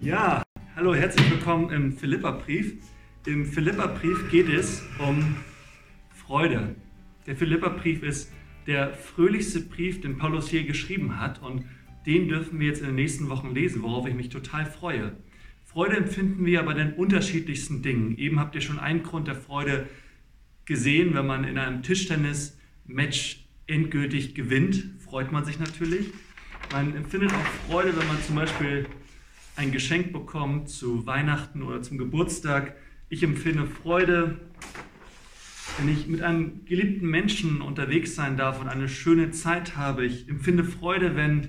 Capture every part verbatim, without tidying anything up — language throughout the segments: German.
Ja, hallo, herzlich willkommen im Philipperbrief. Im Philipperbrief geht es um Freude. Der Philipperbrief ist der fröhlichste Brief, den Paulus je geschrieben hat, und den dürfen wir jetzt in den nächsten Wochen lesen, worauf ich mich total freue. Freude empfinden wir bei den unterschiedlichsten Dingen. Eben habt ihr schon einen Grund der Freude gesehen, wenn man in einem Tischtennis-Match endgültig gewinnt, freut man sich natürlich. Man empfindet auch Freude, wenn man zum Beispiel ein Geschenk bekommt zu Weihnachten oder zum Geburtstag. Ich empfinde Freude, wenn ich mit einem geliebten Menschen unterwegs sein darf und eine schöne Zeit habe. Ich empfinde Freude, wenn,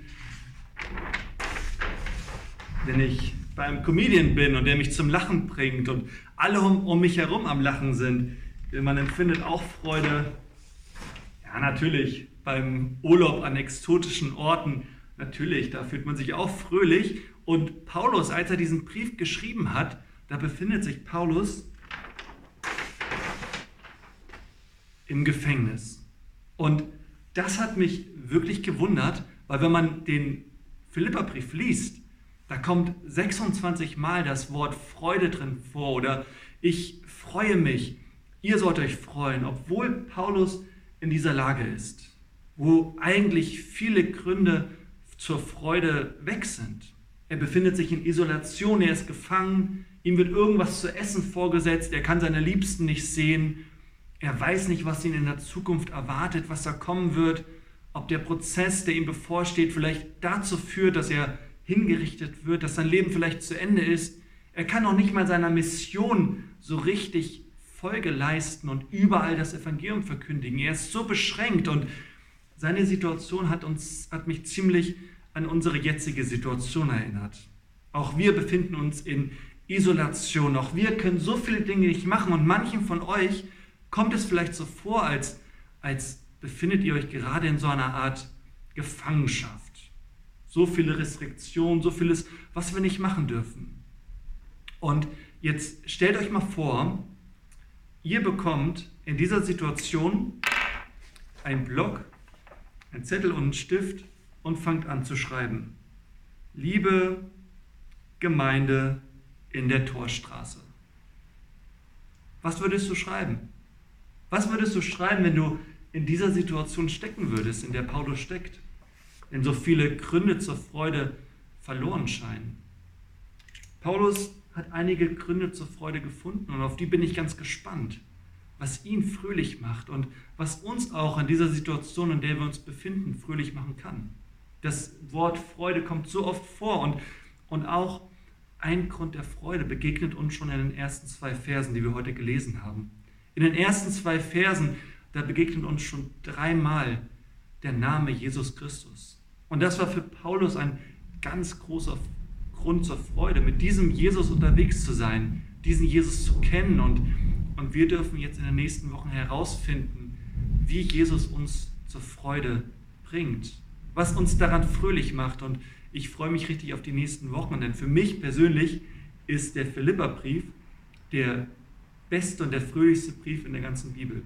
wenn ich bei einem Comedian bin und der mich zum Lachen bringt und alle um, um mich herum am Lachen sind. Man empfindet auch Freude, ja natürlich, beim Urlaub an exotischen Orten. Natürlich, da fühlt man sich auch fröhlich. Und Paulus, als er diesen Brief geschrieben hat, da befindet sich Paulus im Gefängnis. Und das hat mich wirklich gewundert, weil wenn man den Philipperbrief liest, da kommt sechsundzwanzig Mal das Wort Freude drin vor oder ich freue mich, ihr sollt euch freuen, obwohl Paulus in dieser Lage ist, wo eigentlich viele Gründe zur Freude weg sind. Er befindet sich in Isolation, er ist gefangen, ihm wird irgendwas zu essen vorgesetzt, er kann seine Liebsten nicht sehen, er weiß nicht, was ihn in der Zukunft erwartet, was da kommen wird, ob der Prozess, der ihm bevorsteht, vielleicht dazu führt, dass er hingerichtet wird, dass sein Leben vielleicht zu Ende ist. Er kann noch nicht mal seiner Mission so richtig Folge leisten und überall das Evangelium verkündigen. Er ist so beschränkt und seine Situation hat, uns, hat mich ziemlich an unsere jetzige Situation erinnert. Auch wir befinden uns in Isolation. Auch wir können so viele Dinge nicht machen. Und manchen von euch kommt es vielleicht so vor, als, als befindet ihr euch gerade in so einer Art Gefangenschaft. So viele Restriktionen, so vieles, was wir nicht machen dürfen. Und jetzt stellt euch mal vor, ihr bekommt in dieser Situation einen Block, einen Zettel und einen Stift und fangt an zu schreiben. Liebe Gemeinde in der Torstraße. Was würdest du schreiben? Was würdest du schreiben, wenn du in dieser Situation stecken würdest, in der Paulus steckt? Wenn so viele Gründe zur Freude verloren scheinen. Paulus hat einige Gründe zur Freude gefunden und auf die bin ich ganz gespannt, was ihn fröhlich macht und was uns auch in dieser Situation, in der wir uns befinden, fröhlich machen kann. Das Wort Freude kommt so oft vor und, und auch ein Grund der Freude begegnet uns schon in den ersten zwei Versen, die wir heute gelesen haben. In den ersten zwei Versen, da begegnet uns schon dreimal der Name Jesus Christus. Und das war für Paulus ein ganz großer Grund zur Freude, mit diesem Jesus unterwegs zu sein, diesen Jesus zu kennen. Und, und wir dürfen jetzt in den nächsten Wochen herausfinden, wie Jesus uns zur Freude bringt, was uns daran fröhlich macht. Und ich freue mich richtig auf die nächsten Wochen, denn für mich persönlich ist der Philipperbrief der beste und der fröhlichste Brief in der ganzen Bibel.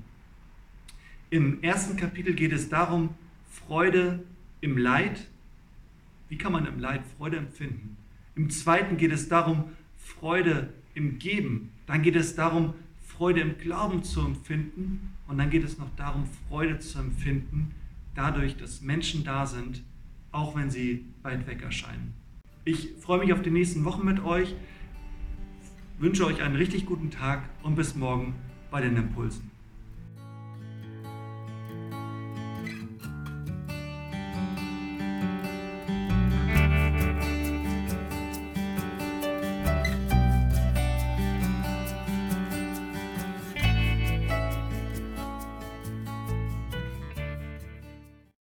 Im ersten Kapitel geht es darum, Freude im Leid. Wie kann man im Leid Freude empfinden? Im zweiten geht es darum, Freude im Geben. Dann geht es darum, Freude im Glauben zu empfinden. Und dann geht es noch darum, Freude zu empfinden, dadurch, dass Menschen da sind, auch wenn sie weit weg erscheinen. Ich freue mich auf die nächsten Wochen mit euch, wünsche euch einen richtig guten Tag und bis morgen bei den Impulsen.